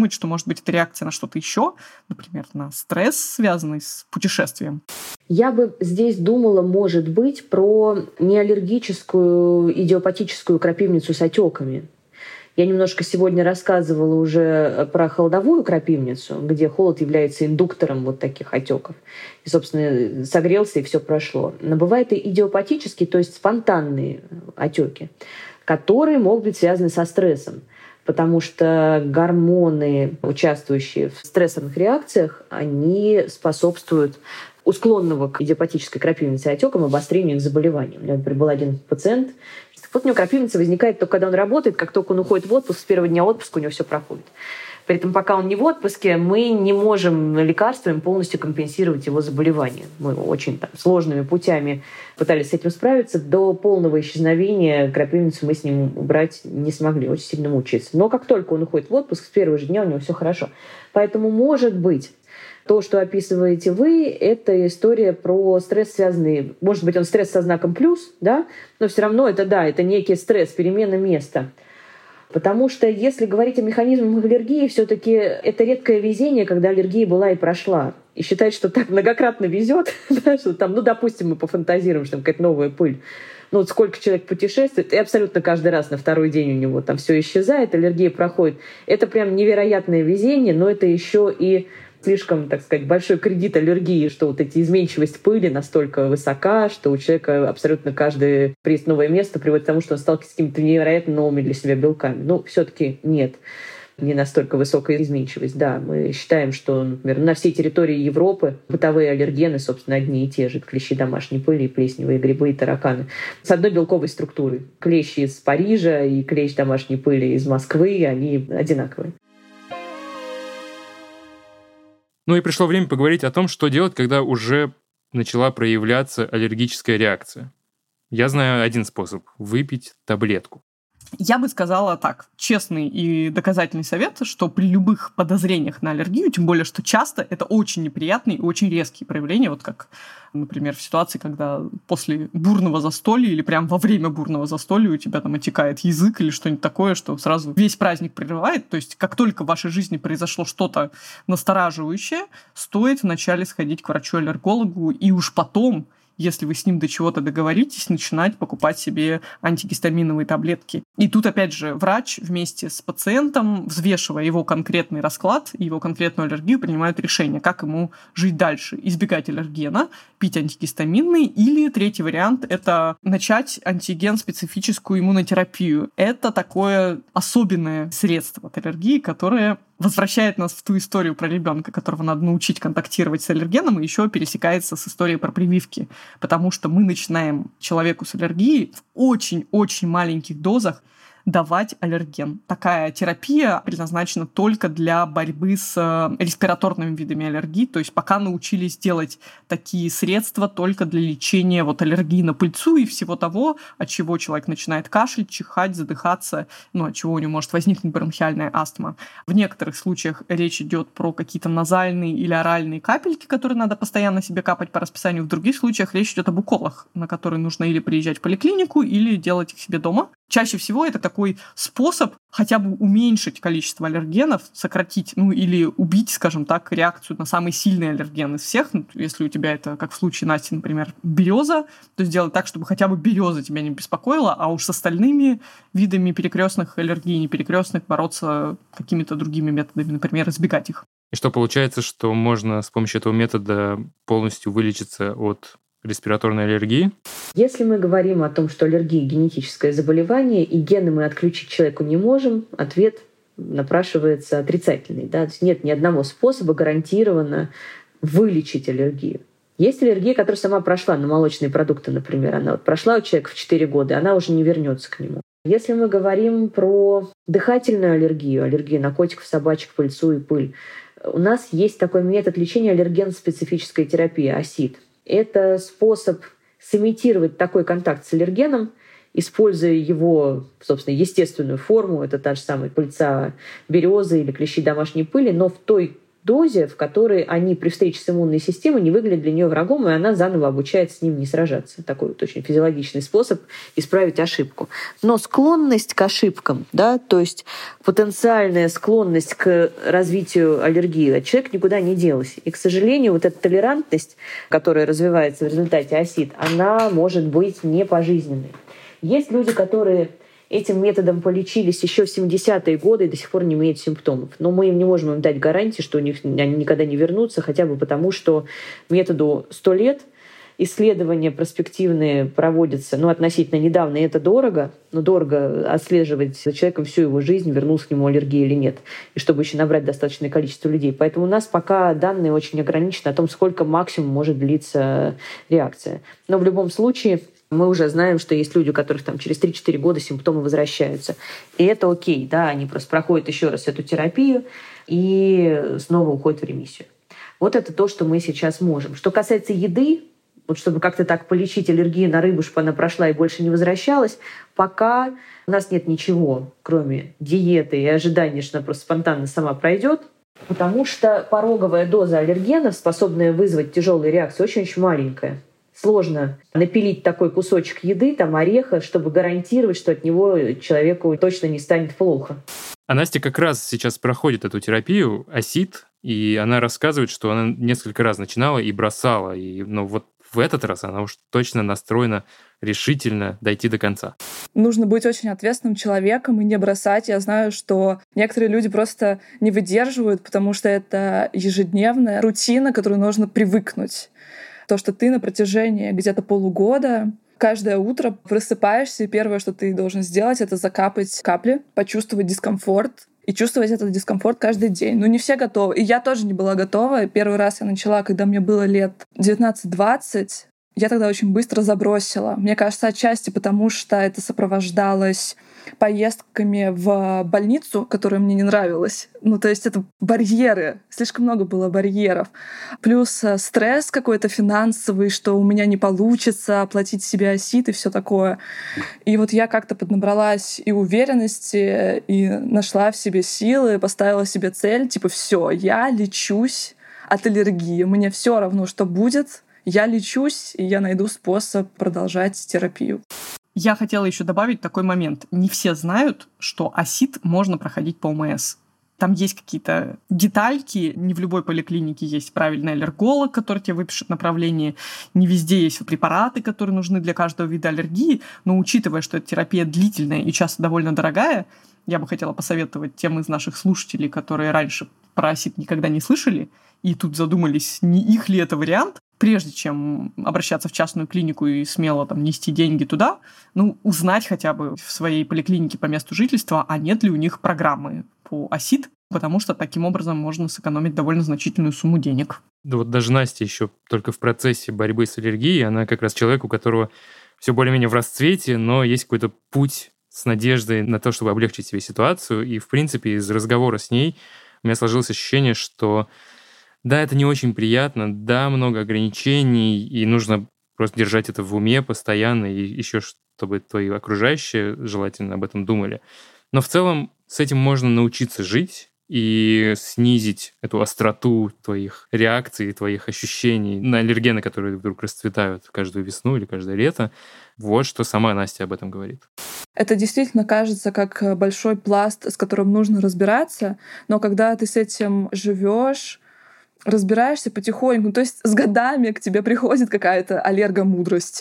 думать, что, может быть, это реакция на что-то еще, например, на стресс, связанный с путешествием. Я бы здесь думала, может быть, про неаллергическую идиопатическую крапивницу с отеками. Я немножко сегодня рассказывала уже про холодовую крапивницу, где холод является индуктором вот таких отеков. И, собственно, согрелся, и все прошло. Но бывают и идиопатические, то есть спонтанные отеки, которые могут быть связаны со стрессом. Потому что гормоны, участвующие в стрессовых реакциях, они способствуют у склонного к идиопатической крапивнице и отекам обострению их заболеваний. У меня, например, был один пациент, вот у него крапивница возникает только когда он работает, как только он уходит в отпуск, с первого дня отпуска у него все проходит. При этом, пока он не в отпуске, мы не можем лекарствами полностью компенсировать его заболевание. Мы очень сложными путями пытались с этим справиться. До полного исчезновения крапивницу мы с ним убрать не смогли, очень сильно мучается. Но как только он уходит в отпуск, с первого же дня у него все хорошо. Поэтому, может быть, то, что описываете вы, это история про стресс, связанный... Может быть, он стресс со знаком плюс, да? Но все равно это, да, это некий стресс, перемена места. Потому что если говорить о механизмах аллергии, все-таки это редкое везение, когда аллергия была и прошла. И считать, что так многократно везет, да, что там, допустим, мы пофантазируем, что там какая-то новая пыль. Вот сколько человек путешествует, и абсолютно каждый раз на второй день у него там все исчезает, аллергия проходит. Это прям невероятное везение, но это еще и слишком, так сказать, большой кредит аллергии, что вот эти изменчивость пыли настолько высока, что у человека абсолютно каждый приезд в новое место приводит к тому, что он сталкивается с какими-то невероятно новыми для себя белками. Ну, все-таки нет, не настолько высокая изменчивость. Да, мы считаем, что, например, на всей территории Европы бытовые аллергены, собственно, одни и те же. Клещи домашней пыли, плесневые грибы и тараканы. С одной белковой структурой. Клещи из Парижа и клещ домашней пыли из Москвы, они одинаковые. Ну и пришло время поговорить о том, что делать, когда уже начала проявляться аллергическая реакция. Я знаю один способ – выпить таблетку. Я бы сказала так, честный и доказательный совет, что при любых подозрениях на аллергию, тем более, что часто это очень неприятные и очень резкие проявления, вот как, например, в ситуации, когда после бурного застолья или прям во время бурного застолья у тебя там отекает язык или что-нибудь такое, что сразу весь праздник прерывает. То есть как только в вашей жизни произошло что-то настораживающее, стоит вначале сходить к врачу-аллергологу и уж потом, если вы с ним до чего-то договоритесь, начинать покупать себе антигистаминовые таблетки. И тут, опять же, врач вместе с пациентом, взвешивая его конкретный расклад, его конкретную аллергию, принимают решение, как ему жить дальше. Избегать аллергена, пить антигистаминный, или третий вариант — это начать антиген-специфическую иммунотерапию. Это такое особенное средство от аллергии, которое возвращает нас в ту историю про ребенка, которого надо научить контактировать с аллергеном, и еще пересекается с историей про прививки. Потому что мы начинаем человеку с аллергией в очень-очень маленьких дозах давать аллерген. Такая терапия предназначена только для борьбы с респираторными видами аллергии, то есть пока научились делать такие средства только для лечения вот аллергии на пыльцу и всего того, от чего человек начинает кашлять, чихать, задыхаться, от чего у него может возникнуть бронхиальная астма. В некоторых случаях речь идет про какие-то назальные или оральные капельки, которые надо постоянно себе капать по расписанию. В других случаях речь идет об уколах, на которые нужно или приезжать в поликлинику, или делать их себе дома. Чаще всего это такой способ хотя бы уменьшить количество аллергенов, сократить, или убить, скажем так, реакцию на самый сильный аллерген из всех. Если у тебя это, как в случае Насти, например, береза, то сделать так, чтобы хотя бы береза тебя не беспокоила, а уж с остальными видами перекрестных аллергий, неперекрестных бороться какими-то другими методами, например, избегать их. И что получается, что можно с помощью этого метода полностью вылечиться от респираторной аллергии? Если мы говорим о том, что аллергия — генетическое заболевание, и гены мы отключить человеку не можем, ответ напрашивается отрицательный. Да? То есть нет ни одного способа гарантированно вылечить аллергию. Есть аллергия, которая сама прошла на молочные продукты, например. Она прошла у человека в 4 года, она уже не вернется к нему. Если мы говорим про дыхательную аллергию на котиков, собачек, пыльцу и пыль, у нас есть такой метод лечения аллерген-специфической терапии, АСИД. Это способ сымитировать такой контакт с аллергеном, используя его, собственно, естественную форму, это та же самая пыльца березы или клещи домашней пыли, но в той дозе, в которой они при встрече с иммунной системой не выглядят для нее врагом, и она заново обучается с ним не сражаться. Такой вот очень физиологичный способ исправить ошибку. Но склонность к ошибкам, да, то есть потенциальная склонность к развитию аллергии от человека никуда не делась. И, к сожалению, вот эта толерантность, которая развивается в результате ОСИД, она может быть не пожизненной. Есть люди, которые этим методом полечились еще в 70-е годы и до сих пор не имеют симптомов. Но мы им не можем им дать гарантии, что они никогда не вернутся, хотя бы потому, что методу 100 лет, исследования перспективные проводятся относительно недавно, и это дорого, но дорого отслеживать за человеком всю его жизнь, вернулся к нему аллергия или нет, и чтобы еще набрать достаточное количество людей. Поэтому у нас пока данные очень ограничены о том, сколько максимум может длиться реакция. Но в любом случае мы уже знаем, что есть люди, у которых через 3-4 года симптомы возвращаются. И это окей, да, они просто проходят еще раз эту терапию и снова уходят в ремиссию. Вот это то, что мы сейчас можем. Что касается еды, вот чтобы как-то так полечить аллергию на рыбу, чтобы она прошла и больше не возвращалась, пока у нас нет ничего, кроме диеты и ожидания, что она просто спонтанно сама пройдет, потому что пороговая доза аллергенов, способная вызвать тяжелые реакции, очень-очень маленькая. Сложно напилить такой кусочек еды, ореха, чтобы гарантировать, что от него человеку точно не станет плохо. А Настя как раз сейчас проходит эту терапию, ОСИД, и она рассказывает, что она несколько раз начинала и бросала. И, вот в этот раз она уж точно настроена решительно дойти до конца. Нужно быть очень ответственным человеком и не бросать. Я знаю, что некоторые люди просто не выдерживают, потому что это ежедневная рутина, к которой нужно привыкнуть. То, что ты на протяжении где-то полугода каждое утро просыпаешься, и первое, что ты должен сделать, это закапать капли, почувствовать дискомфорт и чувствовать этот дискомфорт каждый день. Не все готовы. И я тоже не была готова. Первый раз я начала, когда мне было лет 19-20. Я тогда очень быстро забросила. Мне кажется, отчасти потому, что это сопровождалось поездками в больницу, которая мне не нравилась. То есть это барьеры. Слишком много было барьеров. Плюс стресс какой-то финансовый, что у меня не получится оплатить себе ОСИД и все такое. И вот я как-то поднабралась и уверенности, и нашла в себе силы, поставила себе цель, все, я лечусь от аллергии. Мне все равно, что будет. Я лечусь, и я найду способ продолжать терапию. Я хотела еще добавить такой момент. Не все знают, что ОСИД можно проходить по ОМС. Там есть какие-то детальки. Не в любой поликлинике есть правильный аллерголог, который тебе выпишет направление. Не везде есть препараты, которые нужны для каждого вида аллергии. Но учитывая, что эта терапия длительная и часто довольно дорогая, я бы хотела посоветовать тем из наших слушателей, которые раньше про ОСИД никогда не слышали, и тут задумались, не их ли это вариант, прежде чем обращаться в частную клинику и смело нести деньги туда, узнать хотя бы в своей поликлинике по месту жительства, а нет ли у них программы по ОСИД, потому что таким образом можно сэкономить довольно значительную сумму денег. Да даже Настя еще только в процессе борьбы с аллергией, она как раз человек, у которого все более-менее в расцвете, но есть какой-то путь с надеждой на то, чтобы облегчить себе ситуацию. И, в принципе, из разговора с ней у меня сложилось ощущение, что да, это не очень приятно, да, много ограничений, и нужно просто держать это в уме постоянно, и еще чтобы твои окружающие желательно об этом думали. Но в целом с этим можно научиться жить и снизить эту остроту твоих реакций, твоих ощущений на аллергены, которые вдруг расцветают каждую весну или каждое лето. Вот что сама Настя об этом говорит. Это действительно кажется как большой пласт, с которым нужно разбираться, но когда ты с этим живешь, разбираешься потихоньку, то есть с годами к тебе приходит какая-то аллергомудрость,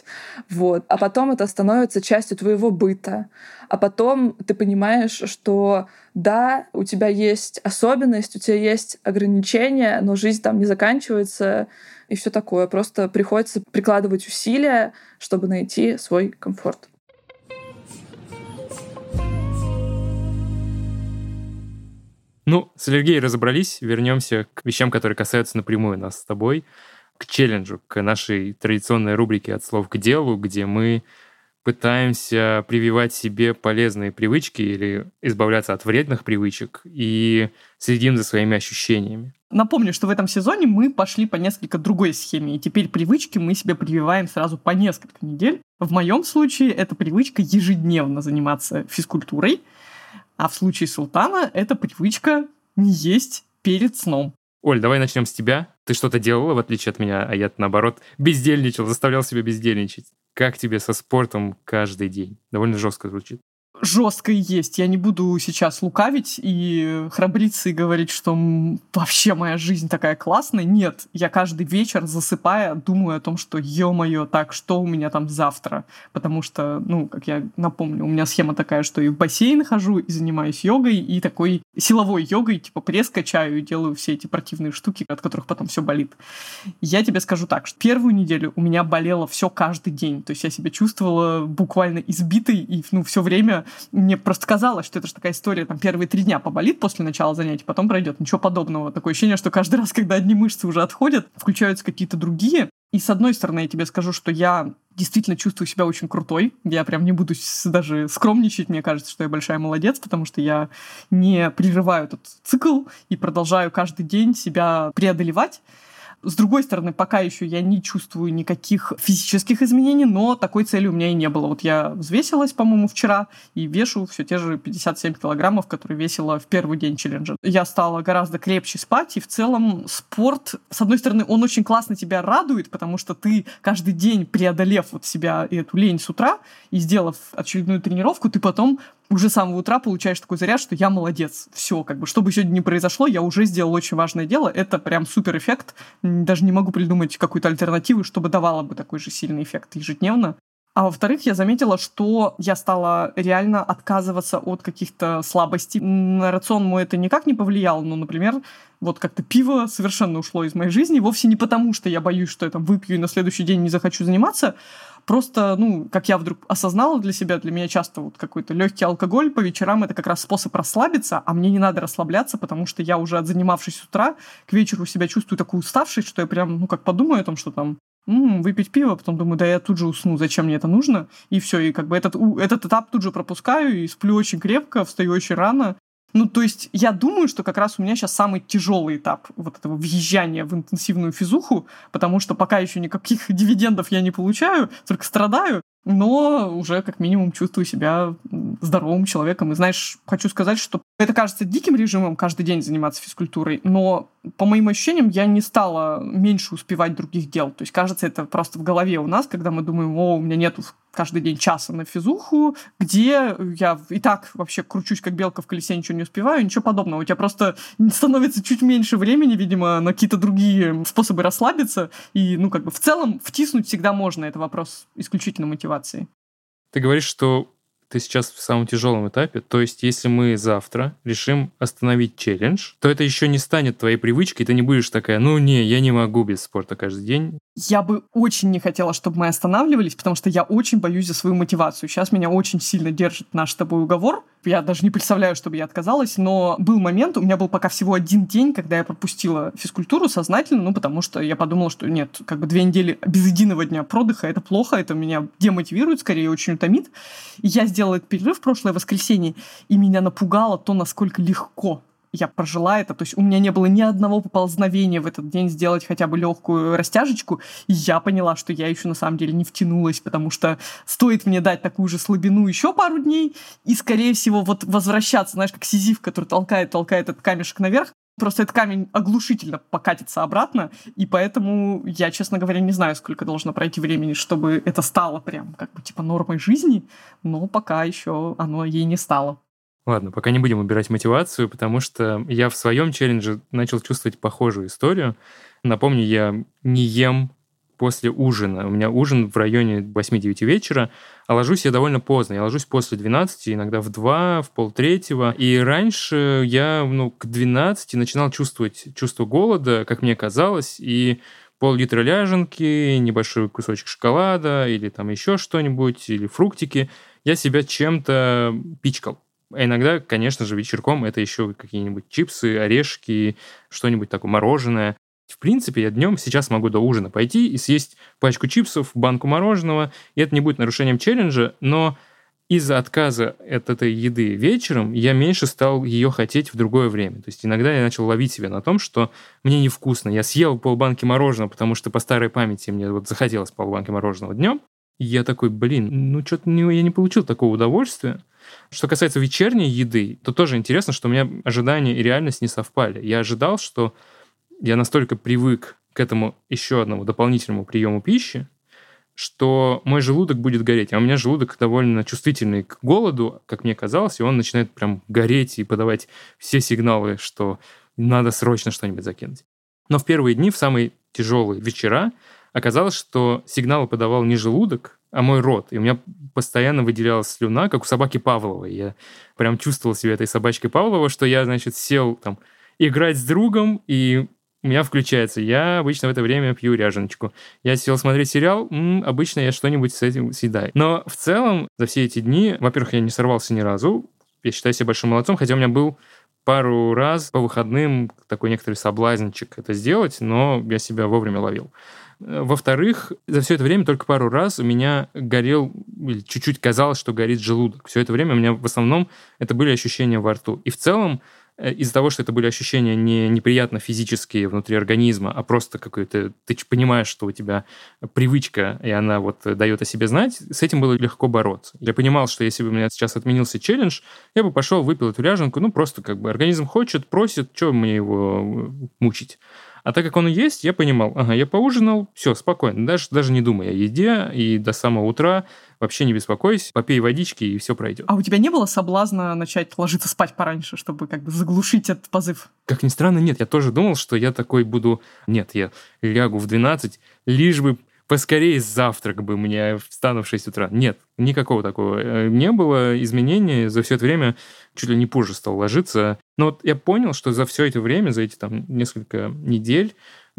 а потом это становится частью твоего быта, а потом ты понимаешь, что да, у тебя есть особенность, у тебя есть ограничения, но жизнь там не заканчивается и все такое, просто приходится прикладывать усилия, чтобы найти свой комфорт. С аллергией разобрались. Вернемся к вещам, которые касаются напрямую нас с тобой, к челленджу, к нашей традиционной рубрике «От слов к делу», где мы пытаемся прививать себе полезные привычки или избавляться от вредных привычек и следим за своими ощущениями. Напомню, что в этом сезоне мы пошли по несколько другой схеме, и теперь привычки мы себе прививаем сразу по несколько недель. В моем случае это привычка ежедневно заниматься физкультурой, а в случае Султана это привычка не есть перед сном. Оль, давай начнем с тебя. Ты что-то делала, в отличие от меня, а я, наоборот, бездельничал, заставлял себя бездельничать. Как тебе со спортом каждый день? Довольно жестко звучит. Жестко и есть. Я не буду сейчас лукавить и храбриться и говорить, что вообще моя жизнь такая классная. Нет, я каждый вечер, засыпая, думаю о том, что ё-моё, так, что у меня там завтра? Потому что, как я напомню, у меня схема такая, что и в бассейн хожу, и занимаюсь йогой, и такой силовой йогой, типа пресс качаю и делаю все эти противные штуки, от которых потом все болит. Я тебе скажу так, что первую неделю у меня болело все каждый день. То есть я себя чувствовала буквально избитой, и все время мне просто казалось, что это же такая история, там, первые 3 дня поболит после начала занятий, потом пройдет. Ничего подобного. Такое ощущение, что каждый раз, когда одни мышцы уже отходят, включаются какие-то другие. И с одной стороны, я тебе скажу, что я действительно чувствую себя очень крутой. Я прям не буду даже скромничать. Мне кажется, что я большая молодец, потому что я не прерываю этот цикл и продолжаю каждый день себя преодолевать. С другой стороны, пока еще я не чувствую никаких физических изменений, но такой цели у меня и не было. Вот я взвесилась, по-моему, вчера и вешу все те же 57 килограммов, которые весила в первый день челленджа. Я стала гораздо крепче спать, и в целом спорт, с одной стороны, он очень классно тебя радует, потому что ты каждый день, преодолев вот себя и эту лень с утра и сделав очередную тренировку, ты потом уже с самого утра получаешь такой заряд, что я молодец. Все, что бы сегодня ни произошло, я уже сделал очень важное дело. Это прям супер эффект. Даже не могу придумать какую-то альтернативу, чтобы давала бы такой же сильный эффект ежедневно. А во-вторых, я заметила, что я стала реально отказываться от каких-то слабостей. На рацион мой это никак не повлияло, но, например, вот как-то пиво совершенно ушло из моей жизни. Вовсе не потому, что я боюсь, что я там выпью и на следующий день не захочу заниматься. Просто, как я вдруг осознала для себя, для меня часто вот какой-то легкий алкоголь по вечерам — это как раз способ расслабиться, а мне не надо расслабляться, потому что я уже отзанимавшись с утра, к вечеру себя чувствую такую уставшесть, что я прям, как подумаю о том, что там выпить пиво, потом думаю, да я тут же усну, зачем мне это нужно? И все, и этот этап тут же пропускаю, и сплю очень крепко, встаю очень рано. То есть я думаю, что как раз у меня сейчас самый тяжелый этап вот этого въезжания в интенсивную физуху, потому что пока еще никаких дивидендов я не получаю, только страдаю, но уже как минимум чувствую себя здоровым человеком. И знаешь, хочу сказать, что это кажется диким режимом каждый день заниматься физкультурой, но по моим ощущениям я не стала меньше успевать других дел. То есть кажется, это просто в голове у нас, когда мы думаем, у меня нету каждый день часа на физуху, где я и так вообще кручусь как белка в колесе, ничего не успеваю, ничего подобного. У тебя просто становится чуть меньше времени, видимо, на какие-то другие способы расслабиться. И, в целом втиснуть всегда можно. Это вопрос исключительно мотивации. Ты говоришь, что ты сейчас в самом тяжелом этапе, то есть если мы завтра решим остановить челлендж, то это еще не станет твоей привычкой, ты не будешь такая, я не могу без спорта каждый день. Я бы очень не хотела, чтобы мы останавливались, потому что я очень боюсь за свою мотивацию. Сейчас меня очень сильно держит наш с тобой уговор. Я даже не представляю, чтобы я отказалась, но был момент, у меня был пока всего 1 день, когда я пропустила физкультуру сознательно, потому что я подумала, что нет, 2 недели без единого дня продыха — это плохо, это меня демотивирует, скорее очень утомит. И я сделала этот перерыв в прошлое воскресенье, и меня напугало то, насколько легко я прожила это. То есть у меня не было ни одного поползновения в этот день сделать хотя бы легкую растяжечку. И я поняла, что я еще на самом деле не втянулась, потому что стоит мне дать такую же слабину еще пару дней, и, скорее всего, вот возвращаться, знаешь, как Сизиф, который толкает этот камешек наверх, просто этот камень оглушительно покатится обратно, и поэтому я, честно говоря, не знаю, сколько должно пройти времени, чтобы это стало прям нормой жизни, но пока еще оно ей не стало. Ладно, пока не будем убирать мотивацию, потому что я в своем челлендже начал чувствовать похожую историю. Напомню, я не ем после ужина. У меня ужин в районе 8-9 вечера, а ложусь я довольно поздно. Я ложусь после 12, иногда в 2, в 2:30. И раньше я к 12 начинал чувствовать чувство голода, как мне казалось, и пол-литра ряженки, небольшой кусочек шоколада или там еще что-нибудь, или фруктики, я себя чем-то пичкал. А иногда, конечно же, вечерком это еще какие-нибудь чипсы, орешки, что-нибудь такое, мороженое. В принципе, я днем сейчас могу до ужина пойти и съесть пачку чипсов, банку мороженого, и это не будет нарушением челленджа, но из-за отказа от этой еды вечером я меньше стал ее хотеть в другое время. То есть иногда я начал ловить себя на том, что мне невкусно. Я съел полбанки мороженого, потому что по старой памяти мне захотелось полбанки мороженого днем. И я такой, что-то я не получил такого удовольствия. Что касается вечерней еды, то тоже интересно, что у меня ожидания и реальность не совпали. Я ожидал, что я настолько привык к этому еще одному дополнительному приему пищи, что мой желудок будет гореть. А у меня желудок довольно чувствительный к голоду, как мне казалось, и он начинает прям гореть и подавать все сигналы, что надо срочно что-нибудь закинуть. Но в первые дни, в самые тяжелые вечера, оказалось, что сигналы подавал не желудок, а мой рот. И у меня постоянно выделялась слюна, как у собаки Павловой. Я прям чувствовал себя этой собачкой Павлова, что я, значит, сел там играть с другом, и у меня включается. Я обычно в это время пью ряженочку. Я сел смотреть сериал, обычно я что-нибудь с этим съедаю. Но в целом за все эти дни, во-первых, я не сорвался ни разу. Я считаю себя большим молодцом, хотя у меня был пару раз по выходным такой некоторый соблазнчик это сделать, но я себя вовремя ловил. Во-вторых, за все это время только пару раз у меня горел, или чуть-чуть казалось, что горит желудок. Все это время у меня в основном это были ощущения во рту. И в целом из-за того, что это были ощущения не неприятно физические внутри организма, а просто какой-то... Ты понимаешь, что у тебя привычка, и она вот дает о себе знать, с этим было легко бороться. Я понимал, что если бы у меня сейчас отменился челлендж, я бы пошел, выпил эту ряженку, просто как бы организм хочет, просит, что мне его мучить. А так как он и есть, я понимал, я поужинал, все, спокойно, даже не думай о еде, и до самого утра вообще не беспокойся, попей водички, и все пройдет. А у тебя не было соблазна начать ложиться спать пораньше, чтобы как бы заглушить этот позыв? Как ни странно, нет. Я тоже думал, что я такой буду... Нет, я лягу в 12, лишь бы поскорее завтрак бы мне, встану в 6 утра. Нет, никакого такого не было изменений. За все это время чуть ли не позже стал ложиться. Но вот я понял, что за все это время, за эти там несколько недель,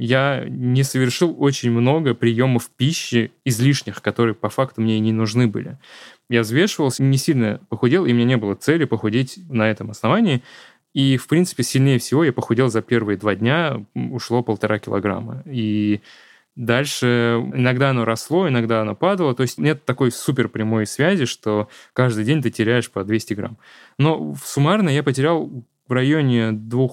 я не совершил очень много приемов пищи излишних, которые по факту мне и не нужны были. Я взвешивался, не сильно похудел, и у меня не было цели похудеть на этом основании. И, в принципе, сильнее всего я похудел за первые 2 дня, ушло 1,5 килограмма. И дальше иногда оно росло, иногда оно падало. То есть нет такой супер прямой связи, что каждый день ты теряешь по 200 грамм. Но суммарно я потерял в районе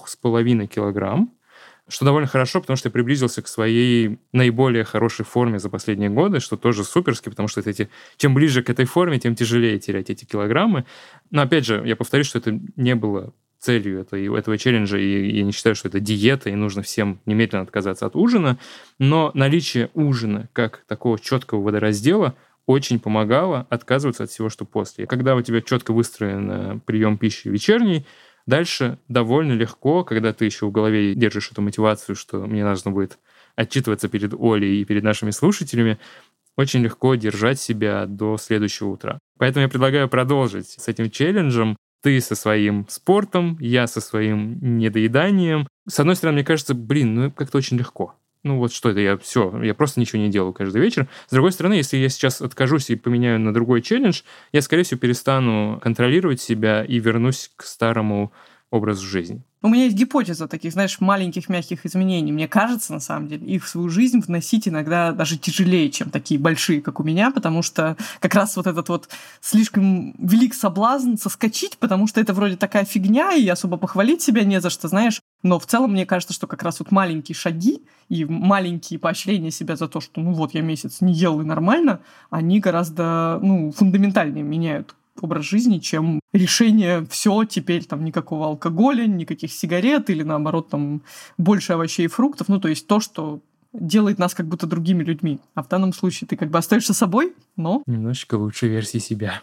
2,5 килограмм, что довольно хорошо, потому что я приблизился к своей наиболее хорошей форме за последние годы, что тоже суперски, потому что чем ближе к этой форме, тем тяжелее терять эти килограммы. Но опять же, я повторюсь, что это не было целью этого челленджа, и я не считаю, что это диета, и нужно всем немедленно отказаться от ужина, но наличие ужина как такого четкого водораздела очень помогало отказываться от всего, что после. Когда у тебя четко выстроен прием пищи вечерний, дальше довольно легко, когда ты еще в голове держишь эту мотивацию, что мне нужно будет отчитываться перед Олей и перед нашими слушателями, очень легко держать себя до следующего утра. Поэтому я предлагаю продолжить с этим челленджем. Ты со своим спортом, я со своим недоеданием. С одной стороны, мне кажется, как-то очень легко. Что это, я просто ничего не делаю каждый вечер. С другой стороны, если я сейчас откажусь и поменяю на другой челлендж, я, скорее всего, перестану контролировать себя и вернусь к старому образу жизни. У меня есть гипотеза таких, маленьких мягких изменений. Мне кажется, на самом деле, их в свою жизнь вносить иногда даже тяжелее, чем такие большие, как у меня, потому что как раз вот этот слишком велик соблазн соскочить, потому что это вроде такая фигня, и особо похвалить себя не за что, Но в целом мне кажется, что как раз маленькие шаги и маленькие поощрения себя за то, что я месяц не ел и нормально, они гораздо фундаментальнее меняют образ жизни, чем решение все, теперь никакого алкоголя, никаких сигарет или наоборот больше овощей и фруктов. То есть то, что делает нас как будто другими людьми. А в данном случае ты остаешься собой, но... Немножечко лучшей версии себя.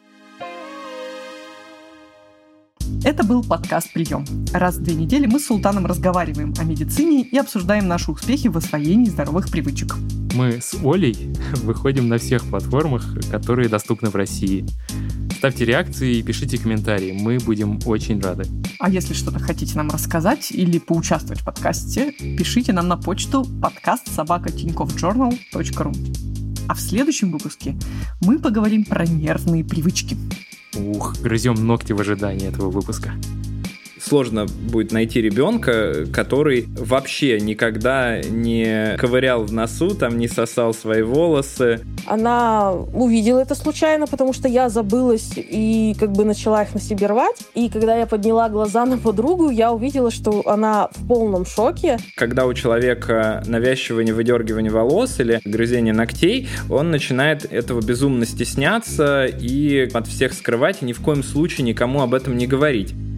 Это был подкаст «Прием». Раз в 2 недели мы с Султаном разговариваем о медицине и обсуждаем наши успехи в освоении здоровых привычек. Мы с Олей выходим на всех платформах, которые доступны в России. Ставьте реакции и пишите комментарии. Мы будем очень рады. А если что-то хотите нам рассказать или поучаствовать в подкасте, пишите нам на почту podcast@tinkoffjournal.ru. А в следующем выпуске мы поговорим про нервные привычки. Грызем ногти в ожидании этого выпуска. Сложно будет найти ребенка, который вообще никогда не ковырял в носу, не сосал свои волосы. Она увидела это случайно, потому что я забылась и начала их на себе рвать. И когда я подняла глаза на подругу, я увидела, что она в полном шоке. Когда у человека навязчивое выдергивание волос или грызение ногтей, он начинает этого безумно стесняться и от всех скрывать, и ни в коем случае никому об этом не говорить.